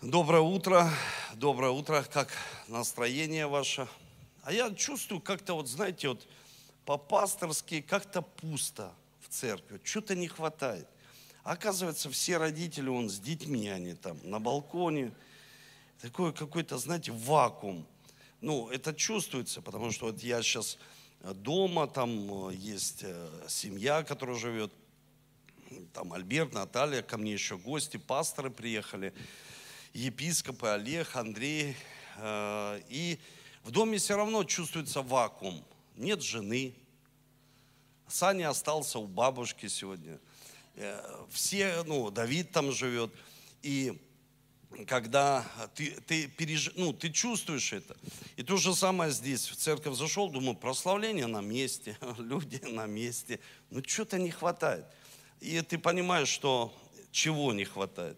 Доброе утро, как настроение ваше? А я чувствую как-то, вот знаете, вот по-пасторски как-то пусто в церкви, что-то не хватает. Оказывается, все родители, с детьми, они там на балконе, такой какой-то, знаете, вакуум. Ну, это чувствуется, потому что вот я сейчас дома, там есть семья, которая живет, там Альберт, Наталья, ко мне еще гости, пасторы приехали, епископы Олег, Андрей. И в доме все равно чувствуется вакуум. Нет жены. Саня остался у бабушки сегодня. Все, Давид там живет. И когда ты чувствуешь это. И то же самое здесь. В церковь зашел, думаю, прославление на месте, люди на месте. Но что-то не хватает. И ты понимаешь, что чего не хватает.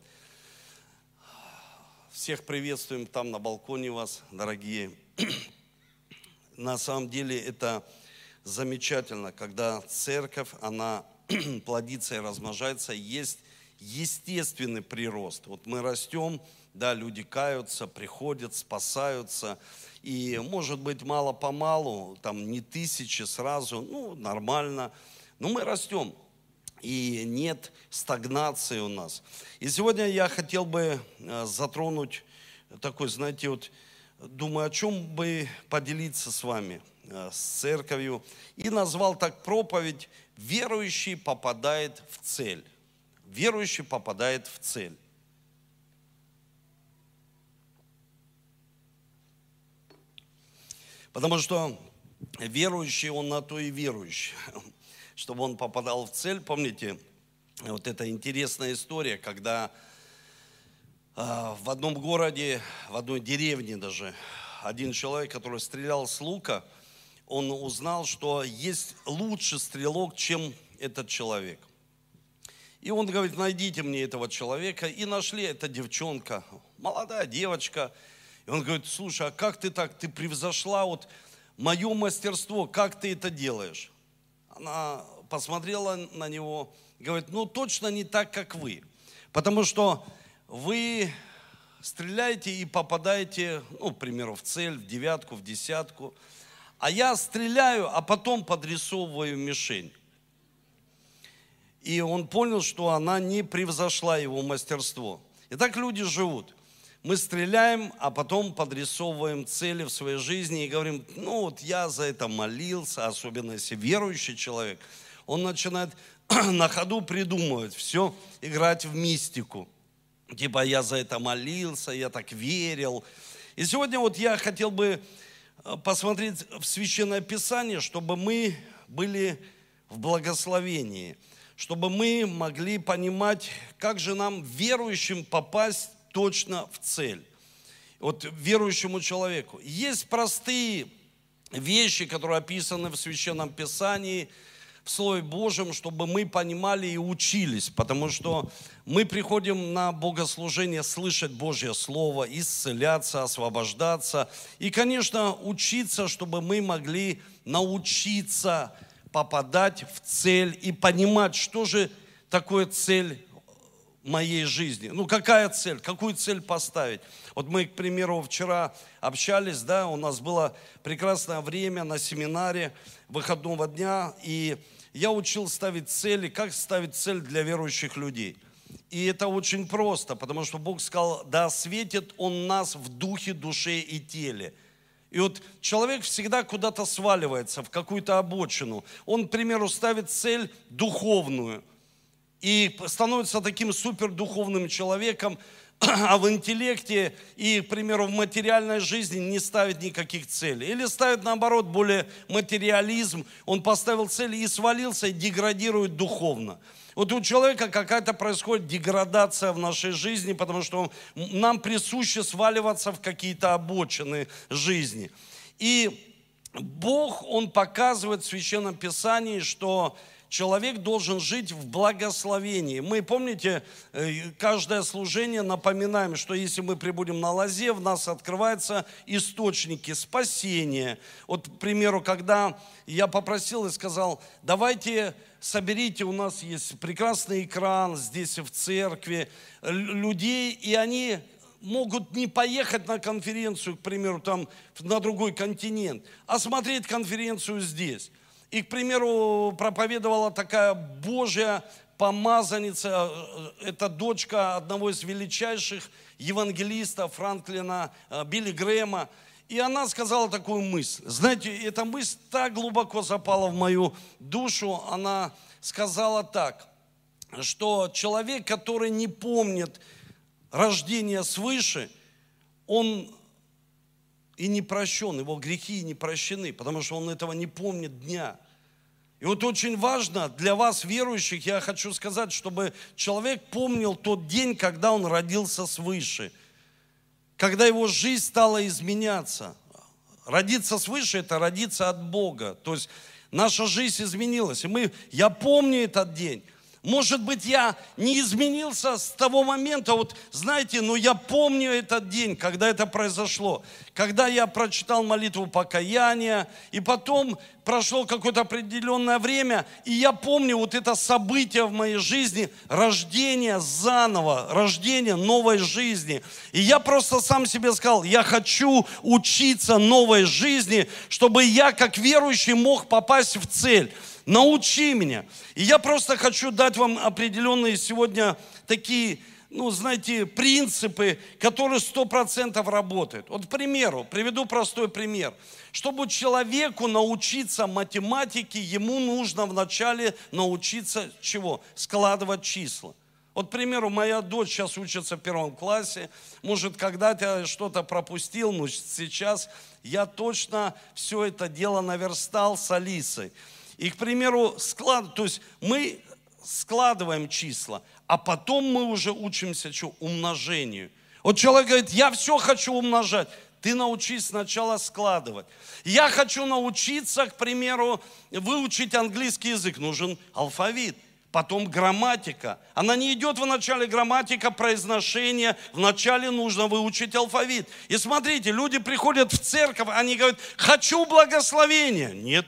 Всех приветствуем там на балконе вас, дорогие. На самом деле это замечательно, когда церковь, она плодится и размножается, есть естественный прирост. Вот мы растем, да, люди каются, приходят, спасаются. И может быть мало-помалу, там не тысячи сразу, нормально. Но мы растем. И нет стагнации у нас. И сегодня я хотел бы затронуть такой, знаете, вот думаю, о чем бы поделиться с вами, с церковью. И назвал так проповедь «Верующий попадает в цель». Верующий попадает в цель. Потому что верующий, он на то и верующий. Чтобы он попадал в цель. Помните, вот эта интересная история, когда в одном городе, в одной деревне даже, один человек, который стрелял с лука, он узнал, что есть лучший стрелок, чем этот человек. И он говорит, найдите мне этого человека. И нашли, эта девчонка, молодая девочка. И он говорит, слушай, а как ты так, ты превзошла вот мое мастерство, как ты это делаешь? Она посмотрела на него и говорит, точно не так, как вы. Потому что вы стреляете и попадаете, к примеру, в цель, в девятку, в десятку. А я стреляю, а потом подрисовываю мишень. И он понял, что она не превзошла его мастерство. И так люди живут. Мы стреляем, а потом подрисовываем цели в своей жизни и говорим, я за это молился, особенно если верующий человек, он начинает на ходу придумывать все, играть в мистику. Типа я за это молился, я так верил. И сегодня я хотел бы посмотреть в Священное Писание, чтобы мы были в благословении, чтобы мы могли понимать, как же нам, верующим, попасть точно в цель. Вот верующему человеку. Есть простые вещи, которые описаны в Священном Писании, в Слове Божьем, чтобы мы понимали и учились, потому что мы приходим на богослужение слышать Божье Слово, исцеляться, освобождаться и, конечно, учиться, чтобы мы могли научиться попадать в цель и понимать, что же такое цель моей жизни. Какая цель? Какую цель поставить? Вот мы, к примеру, вчера общались, да, у нас было прекрасное время на семинаре выходного дня, и я учил ставить цели, как ставить цель для верующих людей. И это очень просто, потому что Бог сказал, да осветит Он нас в духе, душе и теле. И вот человек всегда куда-то сваливается, в какую-то обочину. Он, к примеру, ставит цель духовную, и становится таким супердуховным человеком, а в интеллекте и, к примеру, в материальной жизни не ставит никаких целей. Или ставит, наоборот, более материализм. Он поставил цели и свалился, и деградирует духовно. Вот у человека какая-то происходит деградация в нашей жизни, потому что нам присуще сваливаться в какие-то обочины жизни. И Бог, Он показывает в Священном Писании, что человек должен жить в благословении. Мы, помните, каждое служение напоминаем, что если мы прибудем на лозе, в нас открываются источники спасения. Вот, к примеру, когда я попросил и сказал, давайте соберите, у нас есть прекрасный экран здесь в церкви, людей, и они могут не поехать на конференцию, к примеру, там на другой континент, а смотреть конференцию здесь. И, к примеру, проповедовала такая Божья помазанница, это дочка одного из величайших евангелистов Франклина, Билли Грэма. И она сказала такую мысль. Знаете, эта мысль так глубоко запала в мою душу. Она сказала так, что человек, который не помнит рождение свыше, он и не прощен, его грехи не прощены, потому что он этого не помнит дня. И вот очень важно для вас, верующих, я хочу сказать, чтобы человек помнил тот день, когда он родился свыше, когда его жизнь стала изменяться. Родиться свыше – это родиться от Бога. То есть наша жизнь изменилась. И я помню этот день. Может быть, я не изменился с того момента, вот знаете, но я помню этот день, когда это произошло. Когда я прочитал молитву покаяния, и потом прошло какое-то определенное время, и я помню вот это событие в моей жизни, рождение заново, рождение новой жизни. И я просто сам себе сказал, я хочу учиться новой жизни, чтобы я, как верующий, мог попасть в цель. Научи меня. И я просто хочу дать вам определенные сегодня такие, знаете, принципы, которые 100% работают. Вот, к примеру, приведу простой пример. Чтобы человеку научиться математике, ему нужно вначале научиться чего? Складывать числа. Вот, к примеру, моя дочь сейчас учится в 1 классе, может, когда-то что-то пропустил, но сейчас я точно все это дело наверстал с Алисой. И, к примеру, то есть мы складываем числа, а потом мы уже учимся умножению. Вот человек говорит, я все хочу умножать. Ты научись сначала складывать. Я хочу научиться, к примеру, выучить английский язык. Нужен алфавит. Потом грамматика. Она не идет в начале грамматика, произношение. Вначале нужно выучить алфавит. И смотрите, люди приходят в церковь, они говорят, хочу благословения. Нет.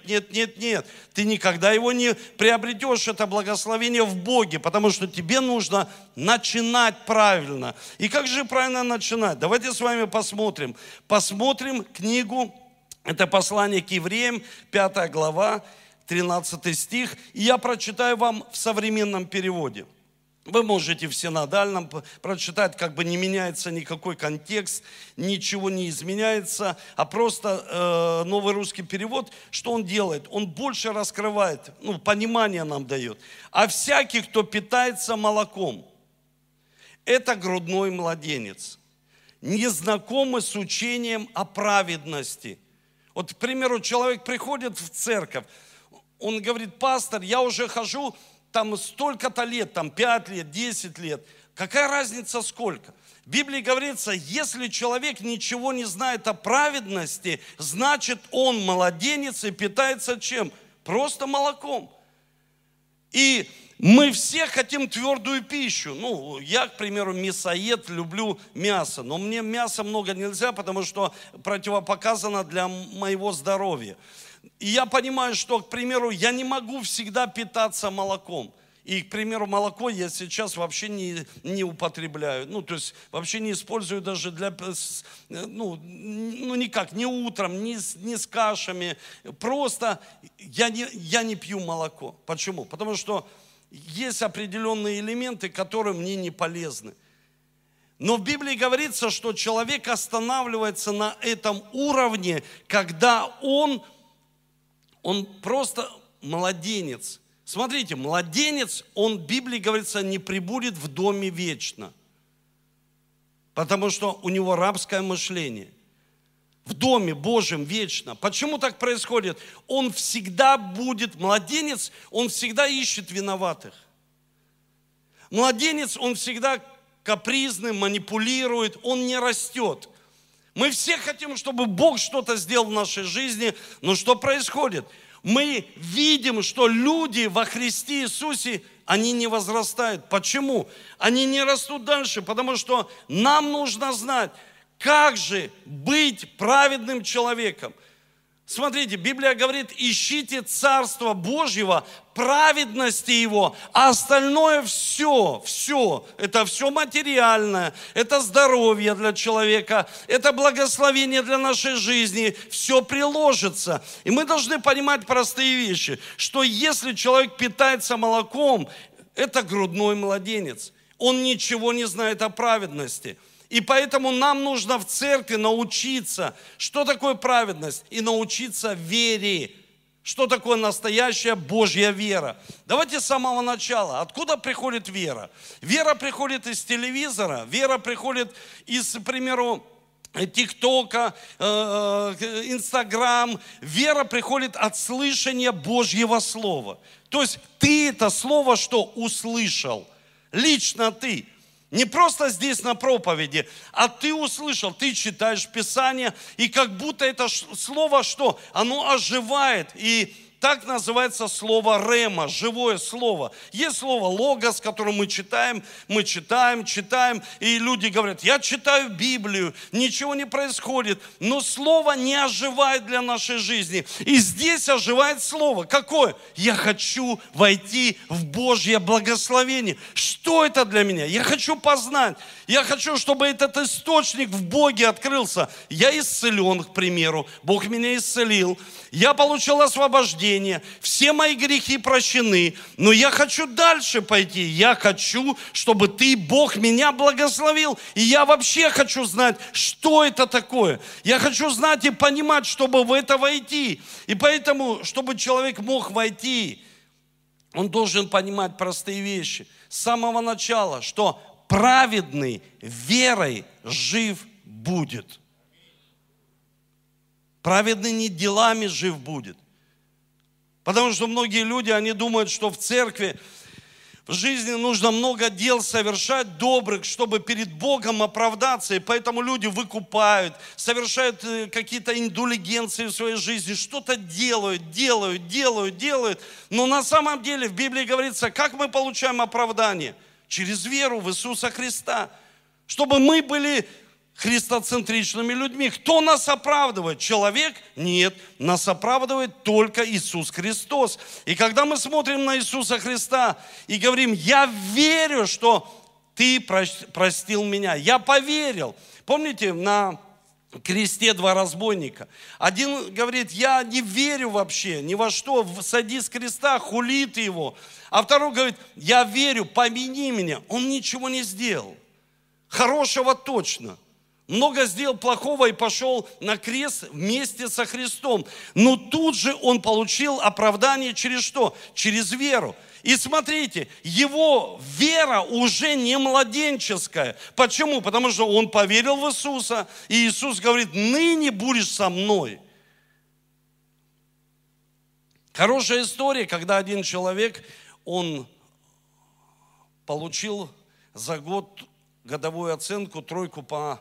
Ты никогда его не приобретешь, это благословение в Боге, потому что тебе нужно начинать правильно. И как же правильно начинать? Давайте с вами посмотрим. Посмотрим книгу, это послание к евреям, 5 глава, 13 стих, и я прочитаю вам в современном переводе. Вы можете в синодальном прочитать, как бы не меняется никакой контекст, ничего не изменяется, а просто новый русский перевод, что он делает? Он больше раскрывает, понимание нам дает. А всякий, кто питается молоком, это грудной младенец, не знакомый с учением о праведности. Вот, к примеру, человек приходит в церковь, он говорит, пастор, я уже хожу там столько-то лет, там 5 лет, 10 лет. Какая разница сколько? В Библии говорится, если человек ничего не знает о праведности, значит он младенец и питается чем? Просто молоком. И мы все хотим твердую пищу. Я, к примеру, мясоед, люблю мясо. Но мне мяса много нельзя, потому что противопоказано для моего здоровья. И я понимаю, что, к примеру, я не могу всегда питаться молоком. И, к примеру, молоко я сейчас вообще не употребляю. То есть вообще не использую даже для, никак, ни утром, ни с кашами. Просто я не пью молоко. Почему? Потому что есть определенные элементы, которые мне не полезны. Но в Библии говорится, что человек останавливается на этом уровне, когда он просто младенец. Смотрите, младенец, он, в Библии говорится, не пребудет в доме вечно. Потому что у него рабское мышление. В доме Божьем вечно. Почему так происходит? Он всегда будет, младенец, он всегда ищет виноватых. Младенец, он всегда капризный, манипулирует, он не растет. Мы все хотим, чтобы Бог что-то сделал в нашей жизни, но что происходит? Мы видим, что люди во Христе Иисусе, они не возрастают. Почему? Они не растут дальше, потому что нам нужно знать, как же быть праведным человеком. Смотрите, Библия говорит, ищите Царство Божьего, праведности Его, а остальное все, это все материальное, это здоровье для человека, это благословение для нашей жизни, все приложится. И мы должны понимать простые вещи, что если человек питается молоком, это грудной младенец, он ничего не знает о праведности. И поэтому нам нужно в церкви научиться, что такое праведность, и научиться вере. Что такое настоящая Божья вера? Давайте с самого начала. Откуда приходит вера? Вера приходит из телевизора, вера приходит из, к примеру, ТикТока, Инстаграм. Вера приходит от слышания Божьего Слова. То есть ты это Слово что услышал? Лично ты. Не просто здесь на проповеди, а ты услышал, ты читаешь Писание, и как будто это слово что? Оно оживает, и так называется слово рема, живое слово. Есть слово логос, которое мы читаем, и люди говорят, я читаю Библию, ничего не происходит, но слово не оживает для нашей жизни. И здесь оживает слово. Какое? Я хочу войти в Божье благословение. Что это для меня? Я хочу познать. Я хочу, чтобы этот источник в Боге открылся. Я исцелен, к примеру. Бог меня исцелил. Я получил освобождение. Все мои грехи прощены. Но я хочу дальше пойти. Я хочу, чтобы ты, Бог, меня благословил. И я вообще хочу знать, что это такое. Я хочу знать и понимать, чтобы в это войти. И поэтому, чтобы человек мог войти, он должен понимать простые вещи. С самого начала, что праведный верой жив будет. Праведный не делами жив будет. Потому что многие люди, они думают, что в церкви, в жизни нужно много дел совершать добрых, чтобы перед Богом оправдаться. И поэтому люди выкупают, совершают какие-то индулигенции в своей жизни, что-то делают. Но на самом деле в Библии говорится, как мы получаем оправдание? Через веру в Иисуса Христа. Чтобы мы были христоцентричными людьми. Кто нас оправдывает? Человек? Нет. Нас оправдывает только Иисус Христос. И когда мы смотрим на Иисуса Христа и говорим, я верю, что Ты простил меня. Я поверил. Помните, на кресте два разбойника. Один говорит, я не верю вообще ни во что, сойди с креста, хулит его. А второй говорит, я верю, помяни меня. Он ничего не сделал. Хорошего точно. Много сделал плохого и пошел на крест вместе со Христом. Но тут же он получил оправдание через что? Через веру. И смотрите, его вера уже не младенческая. Почему? Потому что он поверил в Иисуса, и Иисус говорит, ныне будешь со мной. Хорошая история, когда один человек, он получил за год годовую оценку, 3 по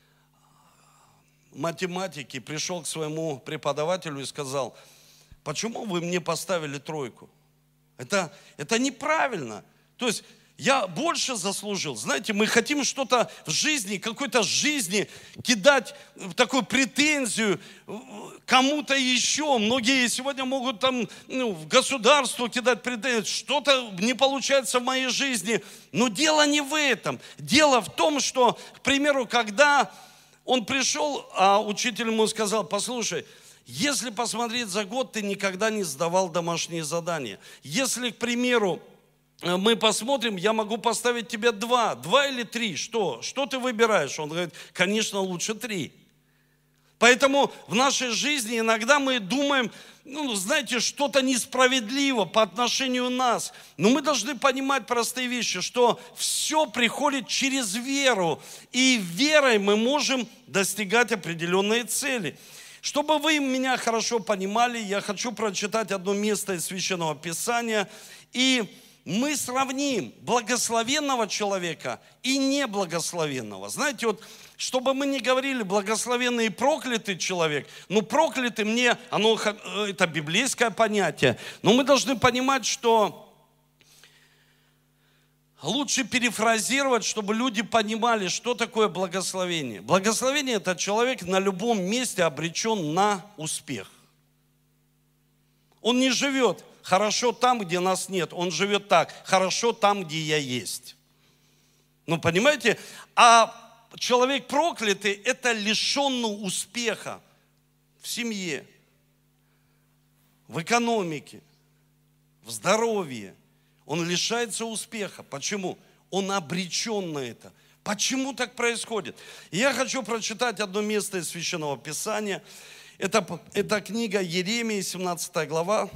математике, пришел к своему преподавателю и сказал, почему вы мне поставили 3? Это неправильно. То есть я больше заслужил. Знаете, мы хотим что-то в жизни, какой-то жизни кидать такую претензию кому-то еще. Многие сегодня могут там в государство кидать претензию. Что-то не получается в моей жизни. Но дело не в этом. Дело в том, что, к примеру, когда он пришел, а учитель ему сказал, послушай, если посмотреть за год, ты никогда не сдавал домашние задания. Если, к примеру, мы посмотрим, я могу поставить тебе 2 или 3. Что ты выбираешь? Он говорит, конечно, лучше 3. Поэтому в нашей жизни иногда мы думаем, знаете, что-то несправедливо по отношению к нас. Но мы должны понимать простые вещи, что все приходит через веру. И верой мы можем достигать определенные цели. Чтобы вы меня хорошо понимали, я хочу прочитать одно место из Священного Писания. И мы сравним благословенного человека и неблагословенного. Знаете, вот, чтобы мы не говорили благословенный и проклятый человек, проклятый это библейское понятие. Но мы должны понимать, что лучше перефразировать, чтобы люди понимали, что такое благословение. Благословение – это человек на любом месте обречен на успех. Он не живет хорошо там, где нас нет. Он живет так, хорошо там, где я есть. Ну, понимаете? А человек проклятый – это лишенный успеха в семье, в экономике, в здоровье. Он лишается успеха. Почему? Он обречен на это. Почему так происходит? Я хочу прочитать одно место из Священного Писания. Это книга Иеремии, 17 глава,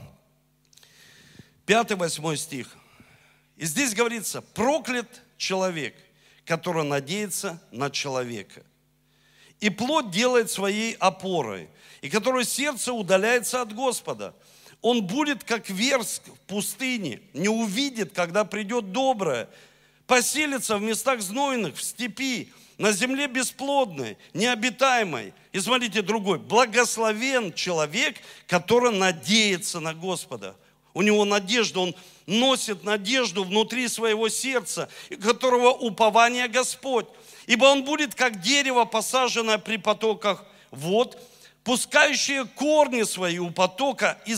5-8 стих. И здесь говорится: проклят человек, который надеется на человека, и плоть делает своей опорой, и который сердце удаляется от Господа. Он будет, как верск в пустыне, не увидит, когда придет доброе, поселится в местах знойных, в степи, на земле бесплодной, необитаемой. И смотрите, другой: благословен человек, который надеется на Господа. У него надежда, он носит надежду внутри своего сердца, у которого упование Господь. Ибо он будет, как дерево, посаженное при потоках вод, пускающее корни свои у потока, и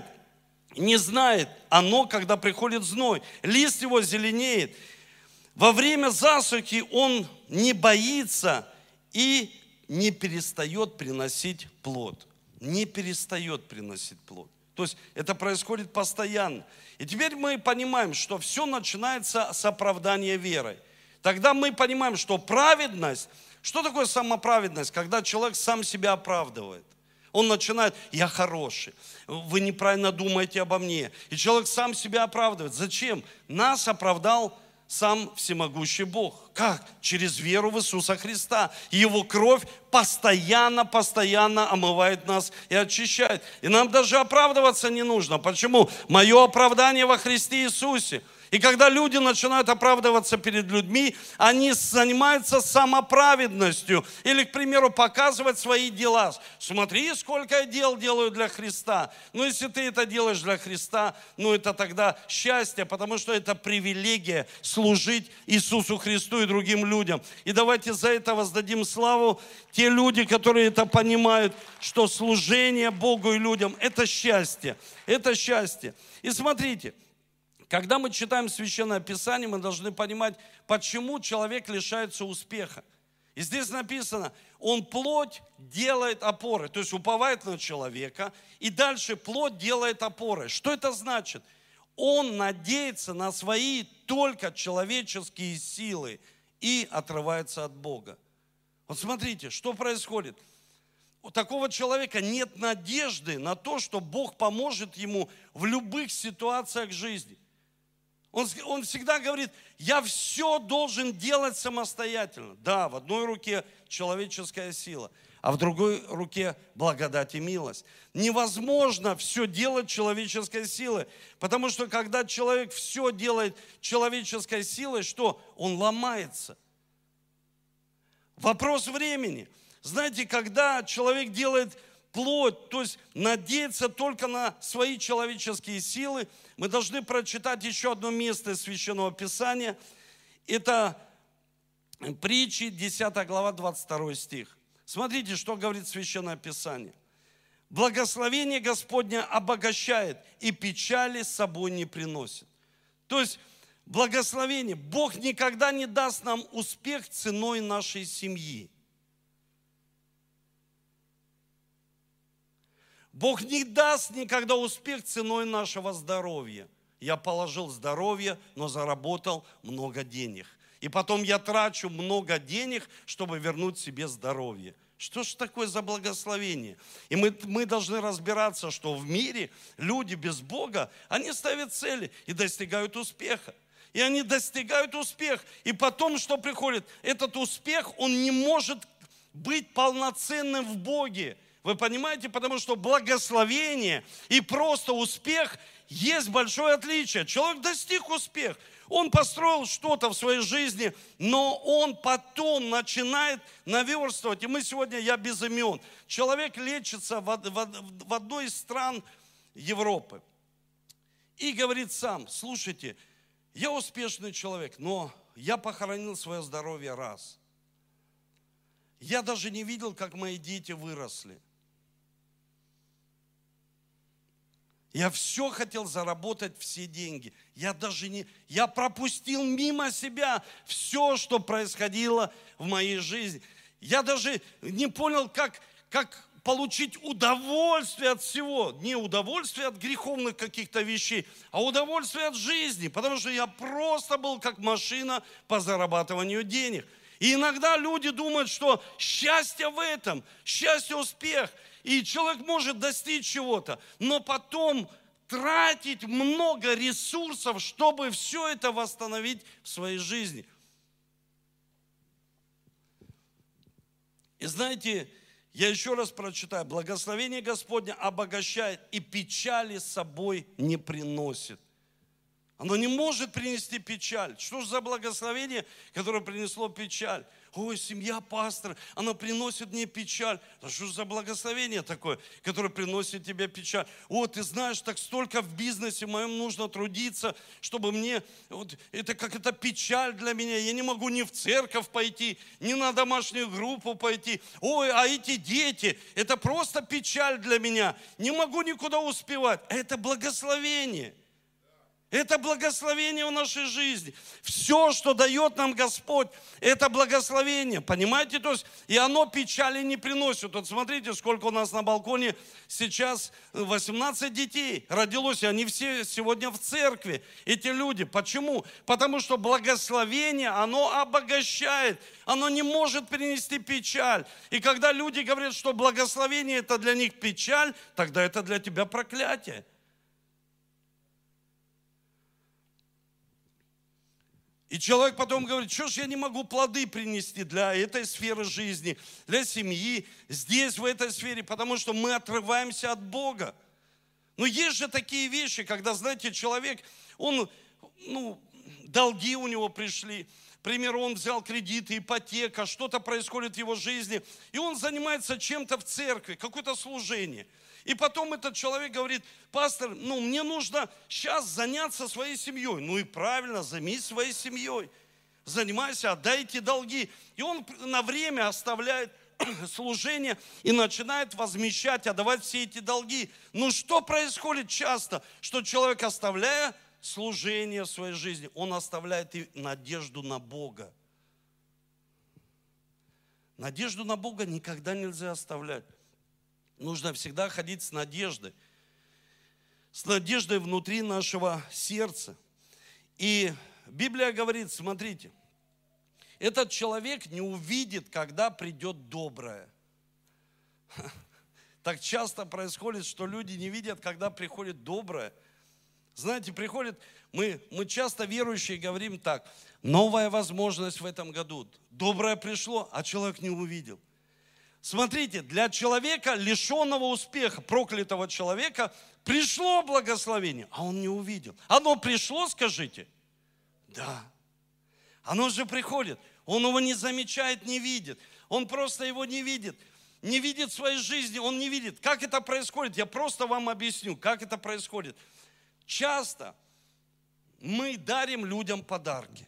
не знает оно, когда приходит зной. Лист его зеленеет. Во время засухи он не боится и не перестает приносить плод. Не перестает приносить плод. То есть это происходит постоянно. И теперь мы понимаем, что все начинается с оправдания верой. Тогда мы понимаем, что праведность, что такое самоправедность? Когда человек сам себя оправдывает. Он начинает: я хороший, вы неправильно думаете обо мне. И человек сам себя оправдывает. Зачем? Нас оправдал сам всемогущий Бог. Как? Через веру в Иисуса Христа. Его кровь постоянно омывает нас и очищает. И нам даже оправдываться не нужно. Почему? Мое оправдание во Христе Иисусе. И когда люди начинают оправдываться перед людьми, они занимаются самоправедностью. Или, к примеру, показывать свои дела. Смотри, сколько я дел делаю для Христа. Ну, если ты это делаешь для Христа, ну, это тогда счастье, потому что это привилегия служить Иисусу Христу и другим людям. И давайте за это воздадим славу те люди, которые это понимают, что служение Богу и людям – это счастье. Это счастье. И смотрите, когда мы читаем Священное Писание, мы должны понимать, почему человек лишается успеха. И здесь написано: он плоть делает опорой, то есть уповает на человека, и дальше плоть делает опорой. Что это значит? Он надеется на свои только человеческие силы и отрывается от Бога. Вот смотрите, что происходит. У такого человека нет надежды на то, что Бог поможет ему в любых ситуациях жизни. Он всегда говорит: я все должен делать самостоятельно. Да, в одной руке человеческая сила, а в другой руке благодать и милость. Невозможно все делать человеческой силой, потому что когда человек все делает человеческой силой, что? Он ломается. Вопрос времени. Знаете, когда человек делает плоть, то есть надеяться только на свои человеческие силы, мы должны прочитать еще одно место из Священного Писания. Это Притчи, 10 глава, 22 стих. Смотрите, что говорит Священное Писание. Благословение Господне обогащает, и печали с собой не приносит. То есть благословение. Бог никогда не даст нам успех ценой нашей семьи. Бог не даст никогда успех ценой нашего здоровья. Я положил здоровье, но заработал много денег. И потом я трачу много денег, чтобы вернуть себе здоровье. Что ж такое за благословение? И мы должны разбираться, что в мире люди без Бога, они ставят цели и достигают успеха. И они достигают успеха. И потом что приходит? Этот успех, он не может быть полноценным в Боге. Вы понимаете? Потому что благословение и просто успех есть большое отличие. Человек достиг успеха. Он построил что-то в своей жизни, но он потом начинает наверстывать. И мы сегодня, я без имен. Человек лечится в одной из стран Европы. И говорит сам: слушайте, я успешный человек, но я похоронил свое здоровье раз. Я даже не видел, как мои дети выросли. Я все хотел заработать, все деньги. Я пропустил мимо себя все, что происходило в моей жизни. Я даже не понял, как получить удовольствие от всего. Не удовольствие от греховных каких-то вещей, а удовольствие от жизни. Потому что я просто был как машина по зарабатыванию денег. И иногда люди думают, что счастье в этом, счастье, успех. И человек может достичь чего-то, но потом тратить много ресурсов, чтобы все это восстановить в своей жизни. И знаете, я еще раз прочитаю. Благословение Господне обогащает и печали с собой не приносит. Оно не может принести печаль. Что же за благословение, которое принесло печаль? Ой, семья пастора, она приносит мне печаль. Да что же за благословение такое, которое приносит тебе печаль? О, ты знаешь, так столько в бизнесе моем нужно трудиться, чтобы мне, вот, это как это печаль для меня. Я не могу ни в церковь пойти, ни на домашнюю группу пойти. Ой, а эти дети, это просто печаль для меня. Не могу никуда успевать. Это благословение. Это благословение в нашей жизни. Все, что дает нам Господь, это благословение. Понимаете? То есть, и оно печали не приносит. Вот смотрите, сколько у нас на балконе сейчас 18 детей родилось, и они все сегодня в церкви, эти люди. Почему? Потому что благословение, оно обогащает. Оно не может принести печаль. И когда люди говорят, что благословение это для них печаль, тогда это для тебя проклятие. И человек потом говорит, что ж я не могу плоды принести для этой сферы жизни, для семьи, здесь, в этой сфере, потому что мы отрываемся от Бога. Но есть же такие вещи, когда, знаете, человек, долги у него пришли, к примеру, он взял кредиты, ипотека, что-то происходит в его жизни, и он занимается чем-то в церкви, какое-то служение. И потом этот человек говорит, пастор, мне нужно сейчас заняться своей семьей. Ну и правильно, займись своей семьей. Занимайся, отдай эти долги. И он на время оставляет служение и начинает возмещать, отдавать все эти долги. Но что происходит часто? Что человек, оставляя служение в своей жизни, он оставляет и надежду на Бога. Надежду на Бога никогда нельзя оставлять. Нужно всегда ходить с надеждой внутри нашего сердца. И Библия говорит, смотрите, этот человек не увидит, когда придет доброе. Так часто происходит, что люди не видят, когда приходит доброе. Знаете, приходит, мы часто верующие говорим так, новая возможность в этом году. Доброе пришло, а человек не увидел. Смотрите, для человека, лишенного успеха, проклятого человека, пришло благословение, а он не увидел. Оно пришло, скажите? Да. Оно же приходит. Он его не замечает, не видит. Он просто его не видит. Не видит своей жизни, он не видит. Как это происходит? Я просто вам объясню, как это происходит. Часто мы дарим людям подарки.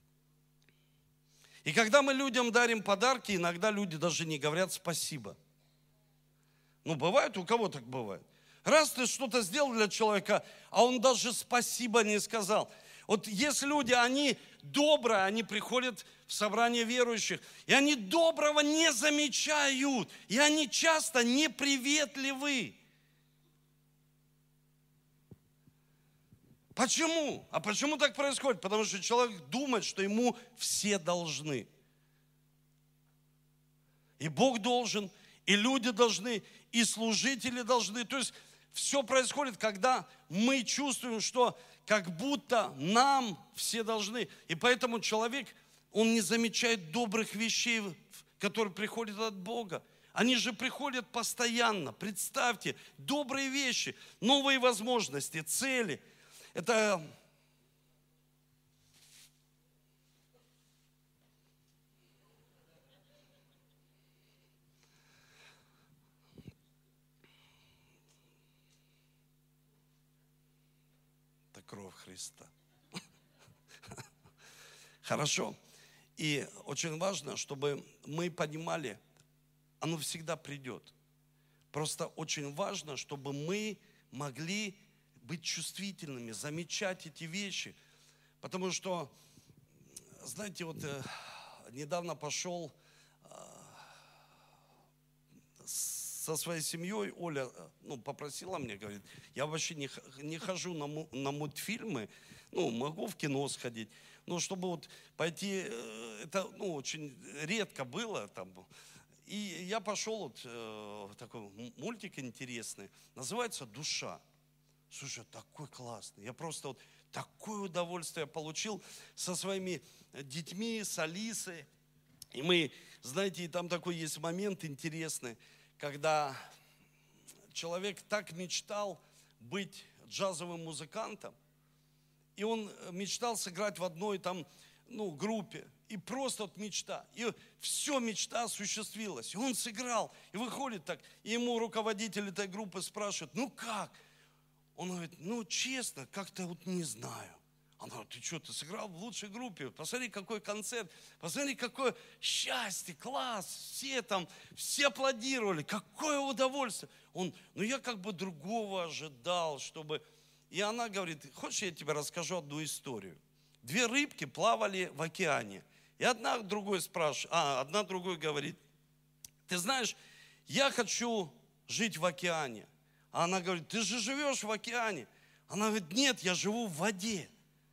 И когда мы людям дарим подарки, иногда люди даже не говорят спасибо. Бывает, у кого так бывает. Раз ты что-то сделал для человека, а он даже спасибо не сказал. Вот есть люди, они добрые, они приходят в собрание верующих, и они доброго не замечают, и они часто неприветливы. Почему? А почему так происходит? Потому что человек думает, что ему все должны. И Бог должен, и люди должны, и служители должны. То есть все происходит, когда мы чувствуем, что как будто нам все должны. И поэтому человек, он не замечает добрых вещей, которые приходят от Бога. Они же приходят постоянно. Представьте, добрые вещи, новые возможности, цели. Это кровь Христа. Хорошо. И очень важно, чтобы мы понимали, оно всегда придет. Просто очень важно, чтобы мы могли быть чувствительными, замечать эти вещи. Потому что, знаете, вот недавно пошел со своей семьей, Оля попросила меня, говорит, я вообще не хожу на мультфильмы, могу в кино сходить, но чтобы вот пойти, это очень редко было там. И я пошел, такой мультик интересный, называется «Душа». Слушай, такой классный. Я просто такое удовольствие получил со своими детьми, с Алисой. И мы, знаете, и там такой есть момент интересный, когда человек так мечтал быть джазовым музыкантом, и он мечтал сыграть в одной там, группе. И просто мечта. И все мечта осуществилась. И он сыграл. И выходит так. И ему руководитель этой группы спрашивает, как? Он говорит, честно, как-то не знаю. Она говорит, ты что, ты сыграл в лучшей группе? Посмотри, какой концерт. Посмотри, какое счастье, класс. Все аплодировали. Какое удовольствие. Я как бы другого ожидал, чтобы... И она говорит, хочешь, я тебе расскажу одну историю? 2 рыбки плавали в океане. И одна другой говорит, ты знаешь, я хочу жить в океане. А она говорит, ты же живешь в океане. Она говорит, нет, я живу в воде,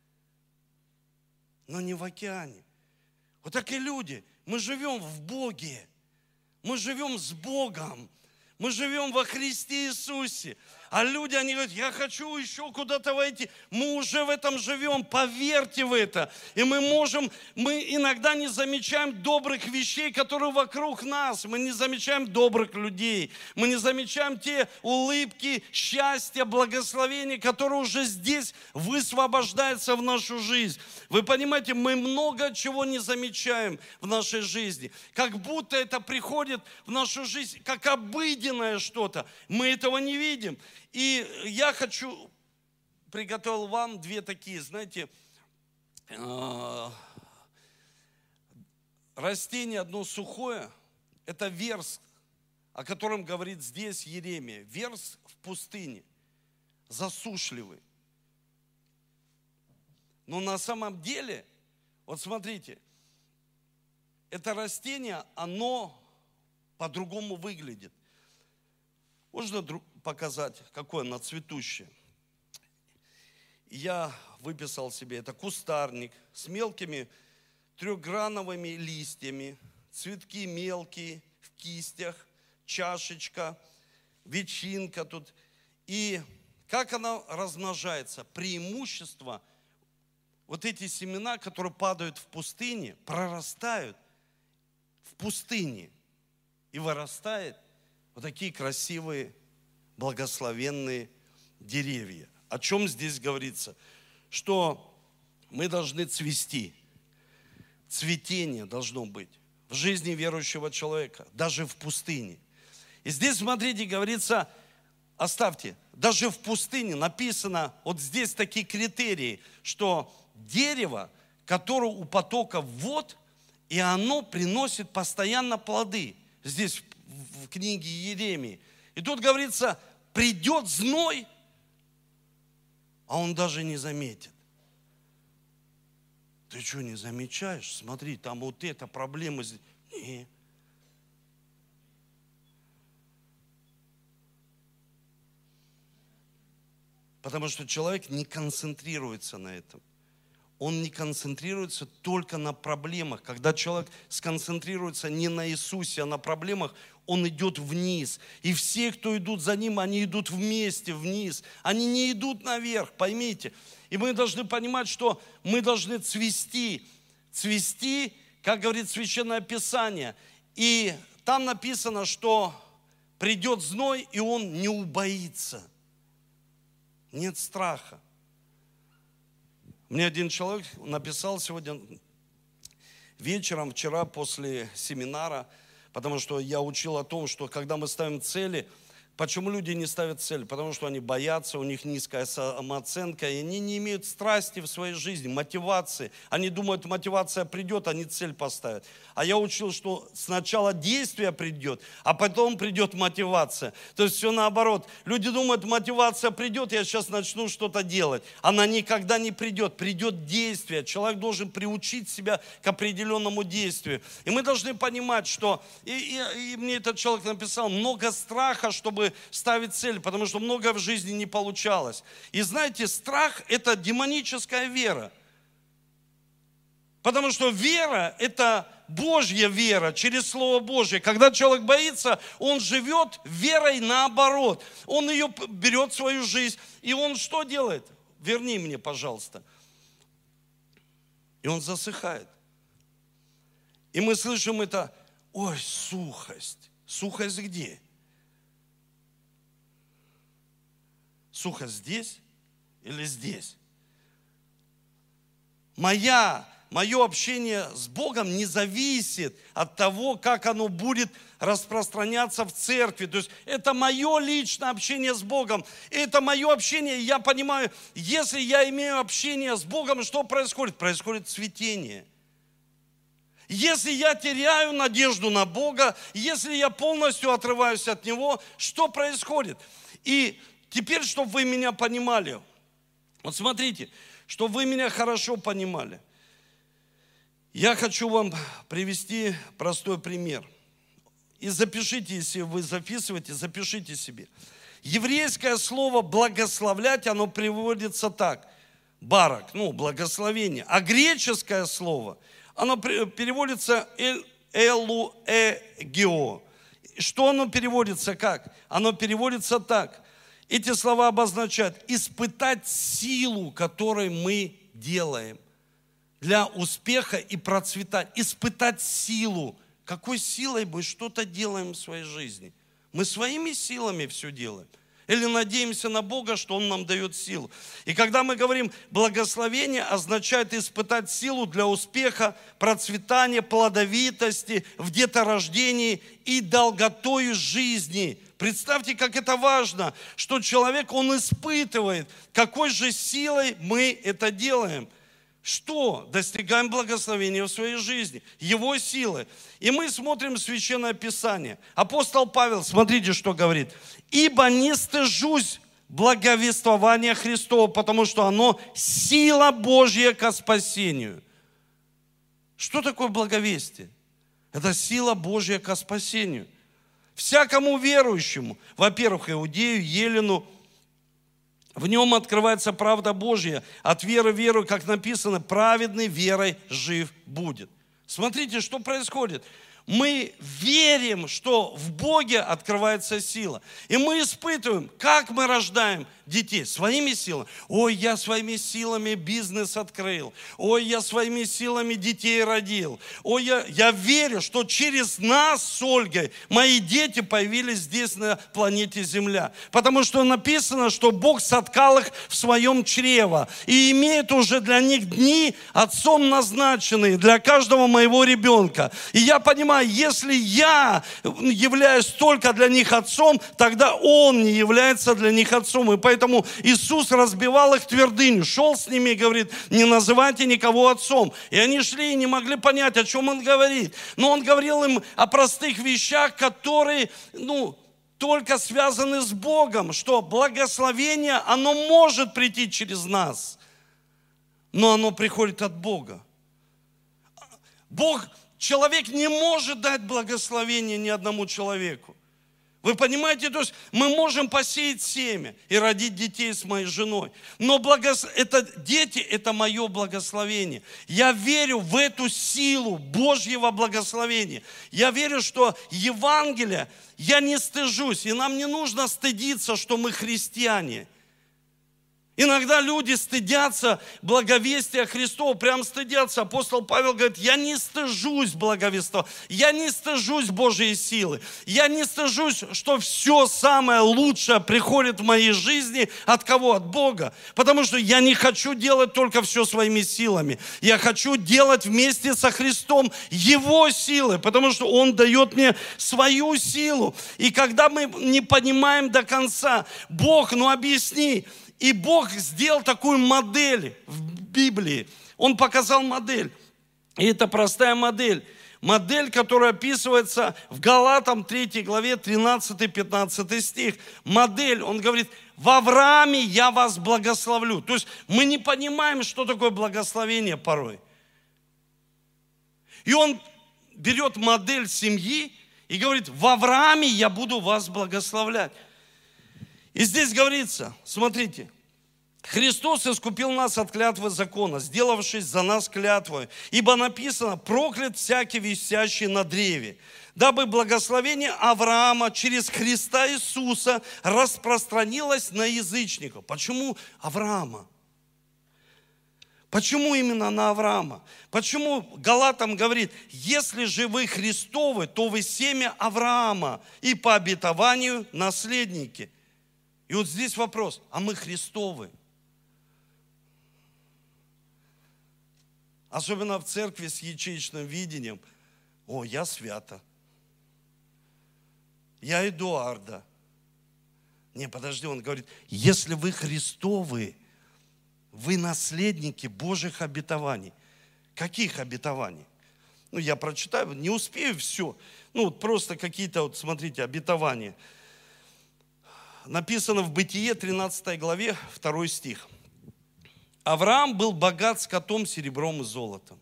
но не в океане. Вот так и люди. Мы живем в Боге. Мы живем с Богом. Мы живем во Христе Иисусе. А люди, они говорят, я хочу еще куда-то войти. Мы уже в этом живем, поверьте в это. И мы иногда не замечаем добрых вещей, которые вокруг нас. Мы не замечаем добрых людей. Мы не замечаем те улыбки, счастья, благословения, которые уже здесь высвобождаются в нашу жизнь. Вы понимаете, мы много чего не замечаем в нашей жизни. Как будто это приходит в нашу жизнь, как обыденное что-то. Мы этого не видим. И я приготовил вам 2 такие, знаете, растение одно сухое, это верс, о котором говорит здесь Иеремия. Верс в пустыне, засушливый. Но на самом деле, вот смотрите, это растение, оно по-другому выглядит. Можно показать, какое оно цветущее? Я выписал себе, это кустарник с мелкими 3-грановыми листьями, цветки мелкие в кистях, чашечка, ветчинка тут. И как она размножается? Преимущество, вот эти семена, которые падают в пустыне, прорастают в пустыне и вырастает вот такие красивые, благословенные деревья. О чем здесь говорится? Что мы должны цвести. Цветение должно быть в жизни верующего человека, даже в пустыне. И здесь, смотрите, говорится, оставьте, даже в пустыне написано, вот здесь такие критерии, что дерево, которое у потока вод, и оно приносит постоянно плоды. Здесь в книге Иеремии. И тут говорится, придет зной, а он даже не заметит. Ты что, не замечаешь? Смотри, там вот эта проблема. Не. Потому что человек не концентрируется на этом. Он не концентрируется только на проблемах. Когда человек сконцентрируется не на Иисусе, а на проблемах, он идет вниз. И все, кто идут за ним, они идут вместе вниз. Они не идут наверх, поймите. И мы должны понимать, что мы должны цвести. Цвести, как говорит Священное Писание. И там написано, что придет зной, и он не убоится. Нет страха. Мне один человек написал сегодня вечером, вчера после семинара, потому что я учил о том, что когда мы ставим цели, Почему люди не ставят цель? Потому что они боятся, у них низкая самооценка, и они не имеют страсти в своей жизни, мотивации. Они думают, мотивация придет, они цель поставят. А я учил, что сначала действие придет, а потом придет мотивация. То есть все наоборот. Люди думают, мотивация придет, я сейчас начну что-то делать. Она никогда не придет. Придет действие. Человек должен приучить себя к определенному действию. И мы должны понимать, что, и мне этот человек написал, много страха, чтобы ставить цель, потому что многое в жизни не получалось. И знаете, страх – это демоническая вера. Потому что вера – это Божья вера через Слово Божье. Когда человек боится, он живет верой наоборот. Он ее берет в свою жизнь. И он что делает? Верни мне, пожалуйста. И он засыхает. И мы слышим это, ой, сухость. Сухость где? Сухость здесь или здесь? Мое общение с Богом не зависит от того, как оно будет распространяться в церкви. То есть это мое личное общение с Богом. Это мое общение, я понимаю, если я имею общение с Богом, что происходит? Происходит цветение. Если я теряю надежду на Бога, если я полностью отрываюсь от Него, что происходит? И теперь, чтобы вы меня понимали, вот смотрите, чтобы вы меня хорошо понимали, я хочу вам привести простой пример. И запишите, если вы записываете, запишите себе. Еврейское слово «благословлять», оно приводится так. Барак, благословение. А греческое слово, оно переводится элуэгео. Что оно переводится как? Оно переводится так. Эти слова обозначают испытать силу, которой мы делаем для успеха и процветания. Испытать силу. Какой силой мы что-то делаем в своей жизни? Мы своими силами все делаем. Или надеемся на Бога, что Он нам дает силу. И когда мы говорим благословение, означает испытать силу для успеха, процветания, плодовитости, в деторождении и долготою жизни. Представьте, как это важно, что человек, он испытывает, какой же силой мы это делаем. Что? Достигаем благословения в своей жизни, Его силы. И мы смотрим Священное Писание. Апостол Павел, смотрите, что говорит. «Ибо не стыжусь благовествования Христова, потому что оно сила Божья ко спасению». Что такое благовестие? Это сила Божья ко спасению. Всякому верующему, во-первых, иудею, елену, в нем открывается правда Божья. От веры в веру, как написано, праведный верой жив будет. Смотрите, что происходит. Мы верим, что в Боге открывается сила. И мы испытываем, как мы рождаем детей. Своими силами. Ой, я своими силами бизнес открыл. Ой, я своими силами детей родил. Ой, я верю, что через нас с Ольгой мои дети появились здесь на планете Земля. Потому что написано, что Бог соткал их в своем чрево. И имеет уже для них дни отцом назначенные для каждого моего ребенка. И я понимаю, если я являюсь только для них отцом, тогда Он не является для них отцом. И поэтому Иисус разбивал их твердыню, шел с ними и говорит, не называйте никого отцом. И они шли и не могли понять, о чем Он говорит. Но Он говорил им о простых вещах, которые, только связаны с Богом, что благословение, оно может прийти через нас, но оно приходит от Бога. Человек не может дать благословение ни одному человеку. Вы понимаете, то есть мы можем посеять семя и родить детей с моей женой. Но дети – это мое благословение. Я верю в эту силу Божьего благословения. Я верю, что Евангелие, я не стыжусь. И нам не нужно стыдиться, что мы христиане. Иногда люди стыдятся благовестия Христова, прям стыдятся. Апостол Павел говорит, я не стыжусь благовествовать, я не стыжусь Божьей силы, я не стыжусь, что все самое лучшее приходит в моей жизни от кого? От Бога. Потому что я не хочу делать только все своими силами. Я хочу делать вместе со Христом Его силы, потому что Он дает мне свою силу. И когда мы не понимаем до конца, Бог, объясни. И Бог сделал такую модель в Библии. Он показал модель. И это простая модель. Модель, которая описывается в Галатам 3 главе 13-15 стих. Модель, он говорит, в Аврааме я вас благословлю. То есть мы не понимаем, что такое благословение порой. И он берет модель семьи и говорит, в Аврааме я буду вас благословлять. И здесь говорится, смотрите, Христос искупил нас от клятвы закона, сделавшись за нас клятвой. Ибо написано, проклят всякий висящий на древе, дабы благословение Авраама через Христа Иисуса распространилось на язычников. Почему Авраама? Почему именно на Авраама? Почему Галатам говорит, если же вы Христовы, то вы семя Авраама и по обетованию наследники. И вот здесь вопрос, а мы Христовы? Особенно в церкви с ячеичным видением. О, я свята. Я Эдуарда. Не, подожди, он говорит, если вы Христовы, вы наследники Божьих обетований. Каких обетований? Я прочитаю, не успею все. Просто какие-то, смотрите, обетования. Написано в Бытие 13 главе 2 стих. Авраам был богат скотом, серебром и золотом.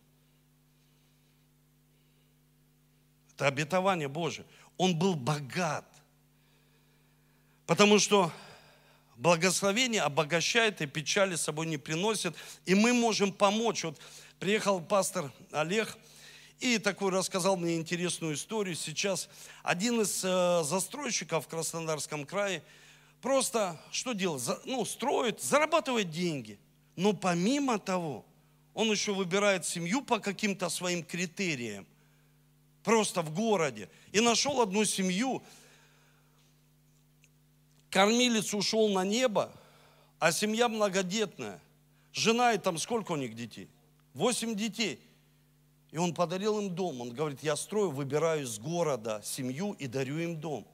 Это обетование Божие. Он был богат. Потому что благословение обогащает и печали с собой не приносит. И мы можем помочь. Вот приехал пастор Олег и такой рассказал мне интересную историю. Сейчас один из застройщиков в Краснодарском крае просто что делает? Строит, зарабатывает деньги. Но помимо того, он еще выбирает семью по каким-то своим критериям. Просто в городе. И нашел одну семью. Кормилец ушел на небо, а семья многодетная. Жена и там сколько у них детей? 8 детей. И он подарил им дом. Он говорит, я строю, выбираю из города семью и дарю им дом.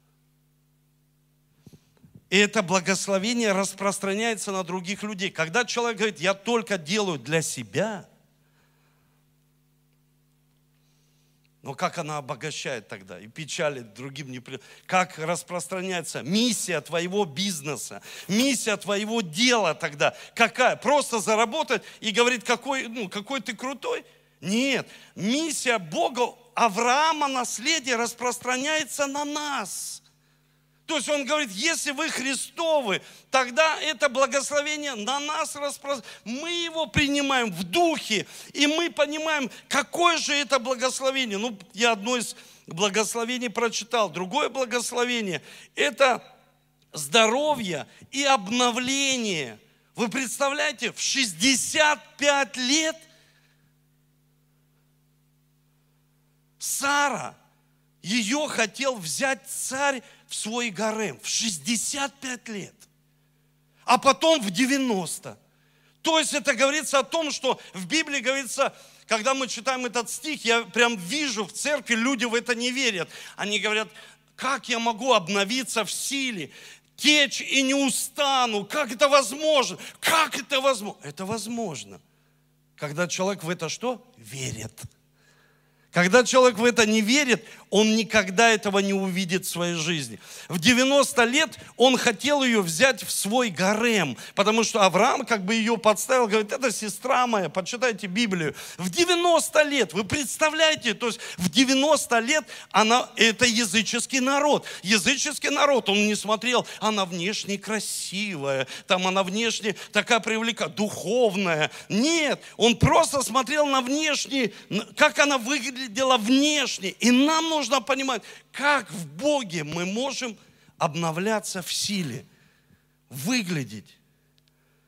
И это благословение распространяется на других людей. Когда человек говорит, я только делаю для себя, но как она обогащает тогда и печали другим не приносит. Как распространяется миссия твоего бизнеса, миссия твоего дела тогда. Какая? Просто заработать и говорить, какой ты крутой? Нет, миссия Бога, Авраама, наследие распространяется на нас. То есть он говорит, если вы Христовы, тогда это благословение на нас распространяется. Мы его принимаем в духе, и мы понимаем, какое же это благословение. Я одно из благословений прочитал. Другое благословение – это здоровье и обновление. Вы представляете, в 65 лет Сара, ее хотел взять царь в свой гарем в 65 лет, а потом в 90. То есть это говорится о том, что в Библии говорится, когда мы читаем этот стих, я прям вижу в церкви, люди в это не верят. Они говорят, как я могу обновиться в силе, течь и не устану, как это возможно? Как это возможно? Это возможно, когда человек в это что? Верит. Когда человек в это не верит, он никогда этого не увидит в своей жизни. В 90 лет он хотел ее взять в свой гарем, потому что Авраам как бы ее подставил, говорит, это сестра моя, почитайте Библию. В 90 лет, вы представляете, то есть в 90 лет это языческий народ. Языческий народ, он не смотрел, она внешне красивая, там она внешне такая привлекательная, духовная. Нет, он просто смотрел на внешне, как она выглядела внешне. И нам нужно понимать, как в Боге мы можем обновляться в силе, выглядеть.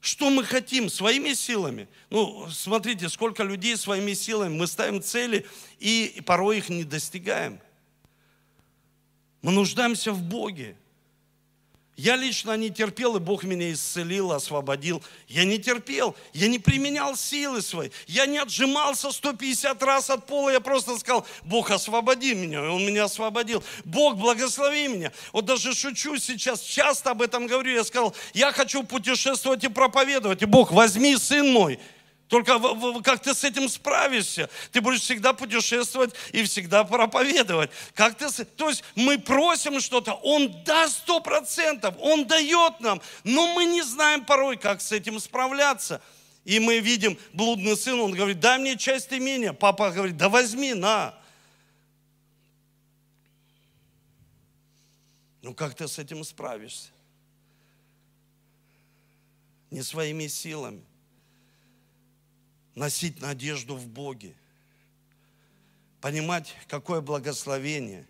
Что мы хотим? Своими силами? Ну, смотрите, сколько людей своими силами. Мы ставим цели и порой их не достигаем. Мы нуждаемся в Боге. Я лично не терпел, и Бог меня исцелил, освободил. Я не терпел, я не применял силы свои. Я не отжимался 150 раз от пола, я просто сказал: Бог, освободи меня. И Он меня освободил. Бог, благослови меня. Вот даже шучу сейчас, часто об этом говорю. Я сказал: я хочу путешествовать и проповедовать. И Бог, возьми, сын мой. Только как ты с этим справишься? Ты будешь всегда путешествовать и всегда проповедовать. То есть мы просим что-то, Он даст 100%, Он дает нам, но мы не знаем порой, как с этим справляться. И мы видим, блудный сын, он говорит: дай мне часть имения. Папа говорит: да возьми, на. Ну как ты с этим справишься? Не своими силами. Носить надежду в Боге. Понимать, какое благословение.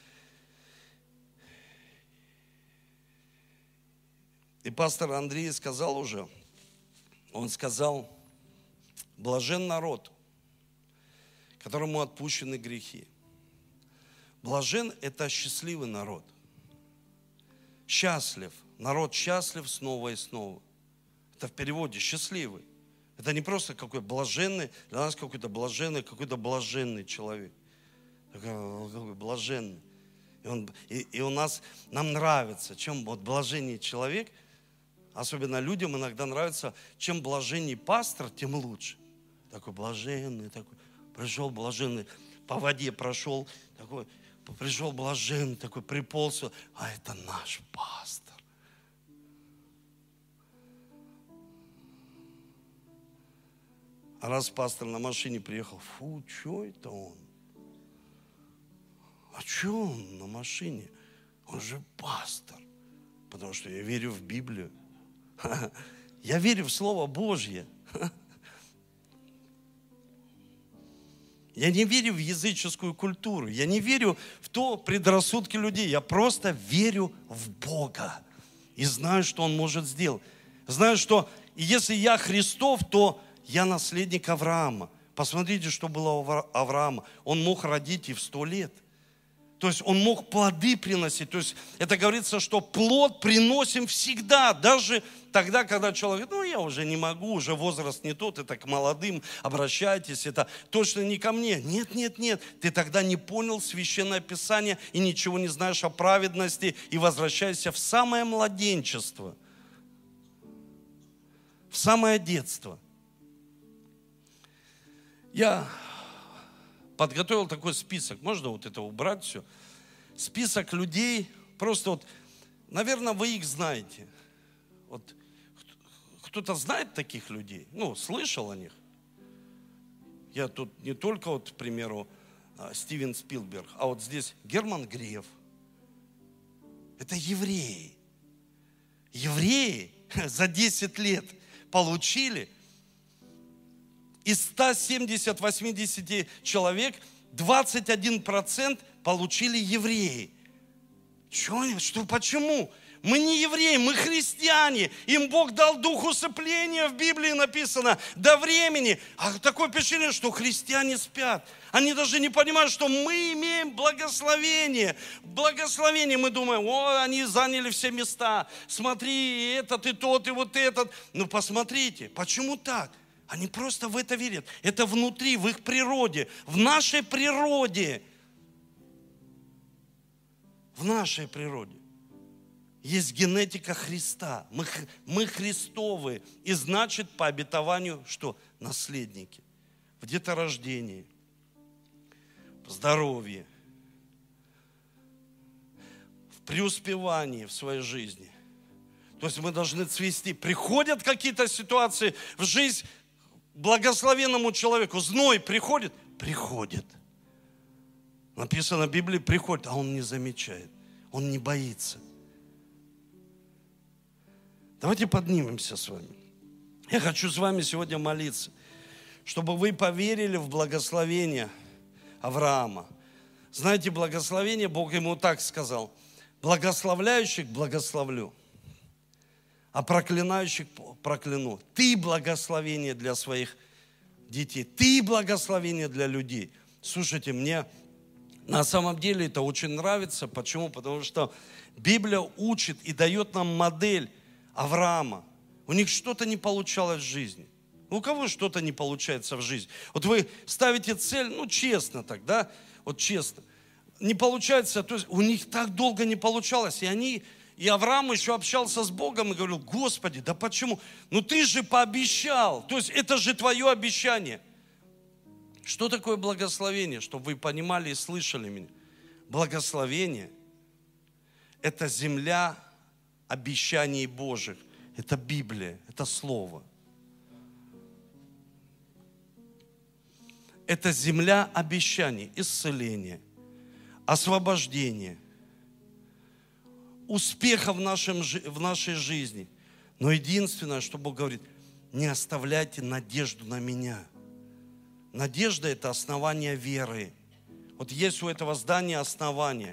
И пастор Андрей сказал уже, он сказал: блажен народ, которому отпущены грехи. Блажен – это счастливый народ. Счастлив. Народ счастлив снова и снова. Это в переводе счастливый. Это не просто какой блаженный, для нас какой-то блаженный человек. Какой блаженный. И у нас, нам нравится, чем вот блаженнее человек, особенно людям иногда нравится, чем блаженнее пастор, тем лучше. Такой блаженный, такой, пришел блаженный, по воде прошел, такой, пришел блаженный, такой приполз, а это наш пастор. А раз пастор на машине приехал, фу, что это он? А что он на машине? Он же пастор. Потому что я верю в Библию. Я верю в Слово Божье. Я не верю в языческую культуру. Я не верю в то предрассудки людей. Я просто верю в Бога. И знаю, что Он может сделать. Знаю, что если я Христов, то я наследник Авраама. Посмотрите, что было у Авраама. Он мог родить и в 100 лет. То есть он мог плоды приносить. То есть это говорится, что плод приносим всегда. Даже тогда, когда человек говорит: я уже не могу, уже возраст не тот, это к молодым обращайтесь, это точно не ко мне. Нет. Ты тогда не понял Священное Писание и ничего не знаешь о праведности, и возвращайся в самое младенчество, в самое детство. Я подготовил такой список. Можно вот это убрать все? Список людей. Просто вот, наверное, вы их знаете. Вот кто-то знает таких людей? Ну, слышал о них? Я тут не только, вот, к примеру, Стивен Спилберг, а вот здесь Герман Греф. Это евреи. Евреи за 10 лет получили. Из 170-80 человек 21% получили евреи. Почему? Мы не евреи, мы христиане. Им Бог дал дух усыпления, в Библии написано, до времени. А такое впечатление, что христиане спят. Они даже не понимают, что мы имеем благословение. Благословение, мы думаем: они заняли все места. Смотри, этот и тот, и вот этот. Ну, посмотрите, почему так? Они просто в это верят. Это внутри, в их природе, в нашей природе. В нашей природе есть генетика Христа. Мы Христовы. И значит, по обетованию, что наследники. В деторождении, в здоровье, в преуспевании в своей жизни. То есть мы должны цвести. Приходят какие-то ситуации в жизнь благословенному человеку. Зной приходит? Приходит. Написано в Библии: приходит, а он не замечает. Он не боится. Давайте поднимемся с вами. Я хочу с вами сегодня молиться, чтобы вы поверили в благословение Авраама. Знаете, благословение, Бог ему так сказал: благословляющих благословлю, а проклинающих прокляну. Ты благословение для своих детей, ты благословение для людей. Слушайте, мне на самом деле это очень нравится. Почему? Потому что Библия учит и дает нам модель Авраама. У них что-то не получалось в жизни. У кого что-то не получается в жизни? Вот вы ставите цель, честно так, да? Вот честно. Не получается, то есть у них так долго не получалось. И Авраам еще общался с Богом и говорил: Господи, да почему? Ты же пообещал. То есть это же твое обещание. Что такое благословение? Чтобы вы понимали и слышали меня. Благословение – это земля обещаний Божьих. Это Библия, это Слово. Это земля обещаний, исцеления, освобождения, успеха в нашей жизни. Но единственное, что Бог говорит: не оставляйте надежду на меня. Надежда – это основание веры. Вот есть у этого здания основание.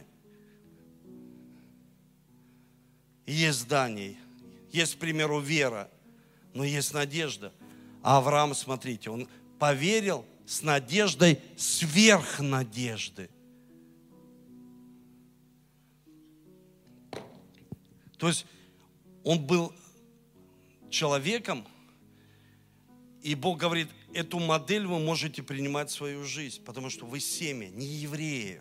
И есть здание, есть, к примеру, вера, но есть надежда. А Авраам, смотрите, он поверил с надеждой сверх надежды. То есть он был человеком, и Бог говорит: эту модель вы можете принимать в свою жизнь, потому что вы семя не евреев,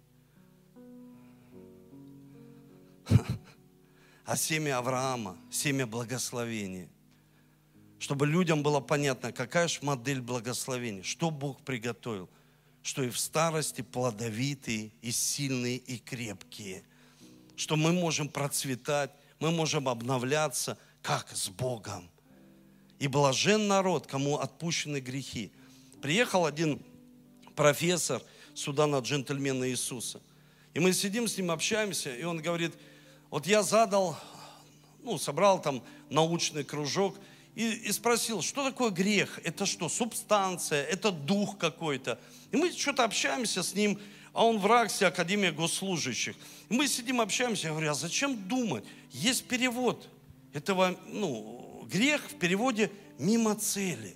а семя Авраама, семя благословения. Чтобы людям было понятно, какая же модель благословения, что Бог приготовил, что и в старости плодовитые, и сильные, и крепкие, что мы можем процветать, мы можем обновляться, как с Богом. И блажен народ, кому отпущены грехи. Приехал один профессор сюда на джентльмена Иисуса. И мы сидим с ним, общаемся, и он говорит: вот я задал, собрал там научный кружок и спросил, что такое грех? Это что, субстанция? Это дух какой-то? И мы что-то общаемся с ним, а он в РАКСе, Академия госслужащих. И мы сидим, общаемся, я говорю: а зачем думать? Есть перевод этого, грех в переводе «мимо цели».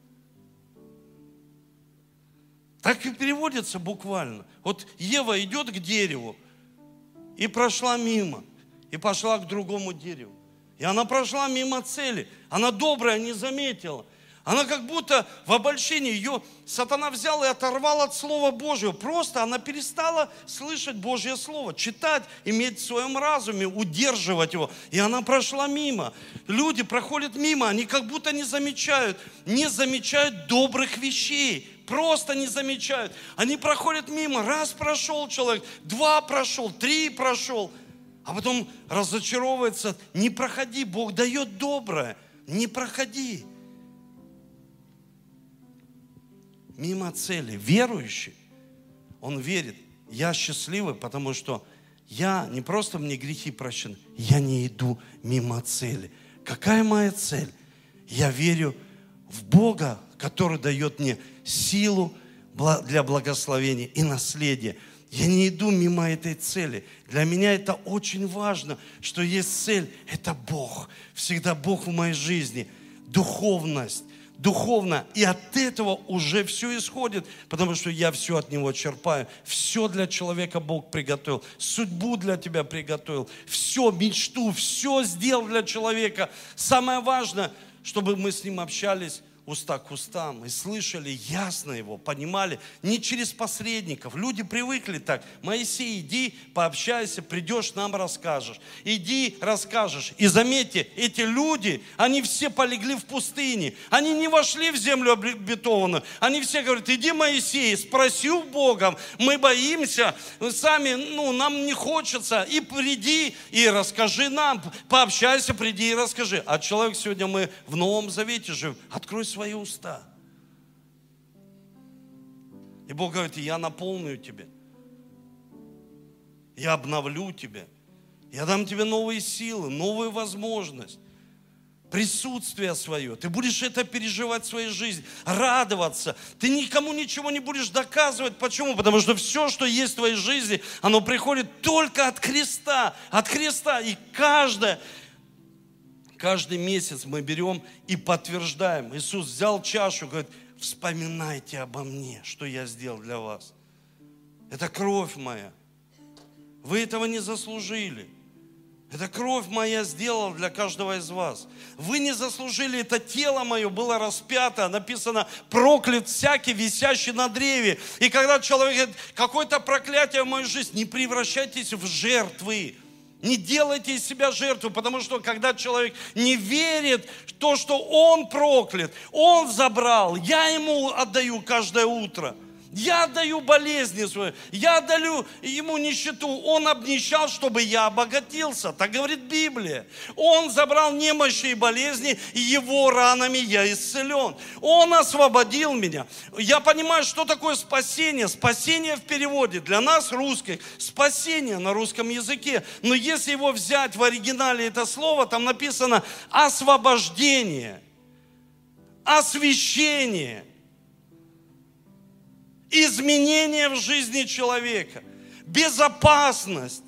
Так и переводится буквально. Вот Ева идет к дереву и прошла мимо, и пошла к другому дереву. И она прошла мимо цели. Она добрая, не заметила. Она как будто в обольщении, ее сатана взял и оторвал от Слова Божьего. Просто она перестала слышать Божье Слово, читать, иметь в своем разуме, удерживать его. И она прошла мимо. Люди проходят мимо, они как будто не замечают добрых вещей. Просто не замечают. Они проходят мимо. Раз прошел человек, два прошел, три прошел. А потом разочаровывается: не проходи, Бог дает доброе, не проходи. Мимо цели. Верующий, он верит: я счастливый, потому что не просто мне грехи прощены, я не иду мимо цели. Какая моя цель? Я верю в Бога, который дает мне силу для благословения и наследия. Я не иду мимо этой цели. Для меня это очень важно, что есть цель. Это Бог. Всегда Бог в моей жизни. Духовность. Духовно. И от этого уже все исходит, потому что я все от Него черпаю. Все для человека Бог приготовил. Судьбу для тебя приготовил. Все, мечту, все сделал для человека. Самое важное, чтобы мы с Ним общались уста к устам и слышали ясно Его, понимали, не через посредников. Люди привыкли так: Моисей, иди, пообщайся, придешь, нам расскажешь. Иди, расскажешь. И заметьте, эти люди, они все полегли в пустыне. Они не вошли в землю обетованную. Они все говорят: иди, Моисей, спроси у Бога, мы боимся, сами, нам не хочется. И приди, и расскажи нам, пообщайся, приди и расскажи. А человек сегодня, мы в Новом Завете живем. Открой свои уста. И Бог говорит: я наполню тебя. Я обновлю тебя. Я дам тебе новые силы, новую возможность. Присутствие свое. Ты будешь это переживать в своей жизни, радоваться. Ты никому ничего не будешь доказывать. Почему? Потому что все, что есть в твоей жизни, оно приходит только от креста. От креста. И Каждый месяц мы берем и подтверждаем. Иисус взял чашу, говорит, вспоминайте обо мне, что я сделал для вас. Это кровь моя. Вы этого не заслужили. Это кровь моя сделала для каждого из вас. Вы не заслужили, это тело мое было распято, написано, проклят всякий, висящий на древе. И когда человек говорит, какое-то проклятие в мою жизнь, не превращайтесь в жертвы. Не делайте из себя жертву, потому что когда человек не верит в то, что он проклят, он забрал, я ему отдаю каждое утро. Я отдаю болезни свои, я отдаю ему нищету. Он обнищал, чтобы я обогатился. Так говорит Библия. Он забрал немощи и болезни, и его ранами я исцелен. Он освободил меня. Я понимаю, что такое спасение. Спасение в переводе для нас, русских, спасение на русском языке. Но если его взять в оригинале это слово, там написано освобождение, освящение. Изменение в жизни человека, безопасность.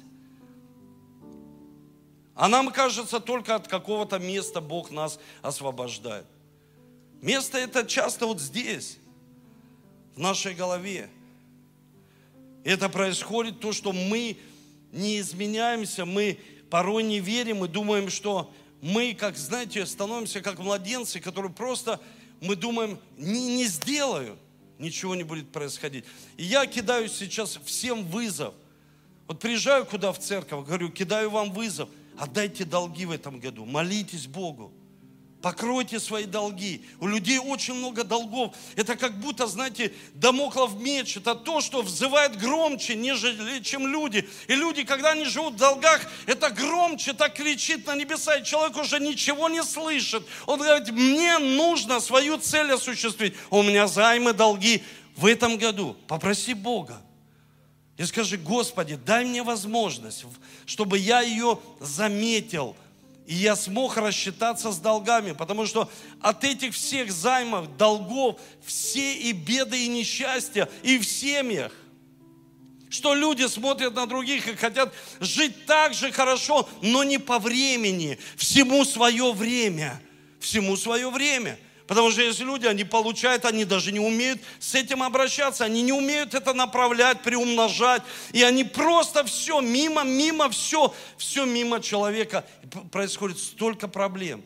А нам кажется, только от какого-то места Бог нас освобождает. Место это часто вот здесь, в нашей голове. Это происходит то, что мы не изменяемся, мы порой не верим и думаем, что мы, как, знаете, становимся как младенцы, которые просто, мы думаем, не сделаю. Ничего не будет происходить. И я кидаю сейчас всем вызов. Вот приезжаю куда в церковь, говорю, кидаю вам вызов. Отдайте долги в этом году, молитесь Богу. Покройте свои долги. У людей очень много долгов. Это как будто, знаете, дамоклов меч. Это то, что взывает громче, нежели чем люди. И люди, когда они живут в долгах, это громче, так кричит на небеса. И человек уже ничего не слышит. Он говорит, мне нужно свою цель осуществить. У меня займы, долги. В этом году попроси Бога. И скажи, Господи, дай мне возможность, чтобы я ее заметил. И я смог рассчитаться с долгами, потому что от этих всех займов, долгов, все и беды, и несчастья, и в семьях. Что люди смотрят на других и хотят жить так же хорошо, но не по времени. Всему свое время. Всему свое время. Потому что если люди, они получают, они даже не умеют с этим обращаться, они не умеют это направлять, приумножать, и они просто все мимо, все мимо человека. Происходит столько проблем.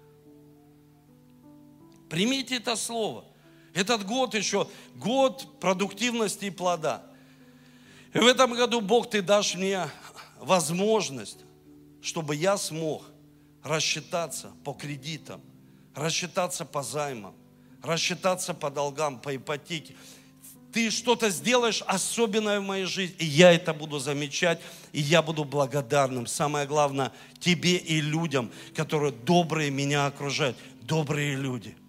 Примите это слово. Этот год еще год продуктивности и плода. И в этом году, Бог, Ты дашь мне возможность, чтобы я смог рассчитаться по кредитам, рассчитаться по займам, рассчитаться по долгам, по ипотеке. Ты что-то сделаешь особенное в моей жизни, и я это буду замечать, и я буду благодарным. Самое главное, Тебе и людям, которые добрые меня окружают. Добрые люди.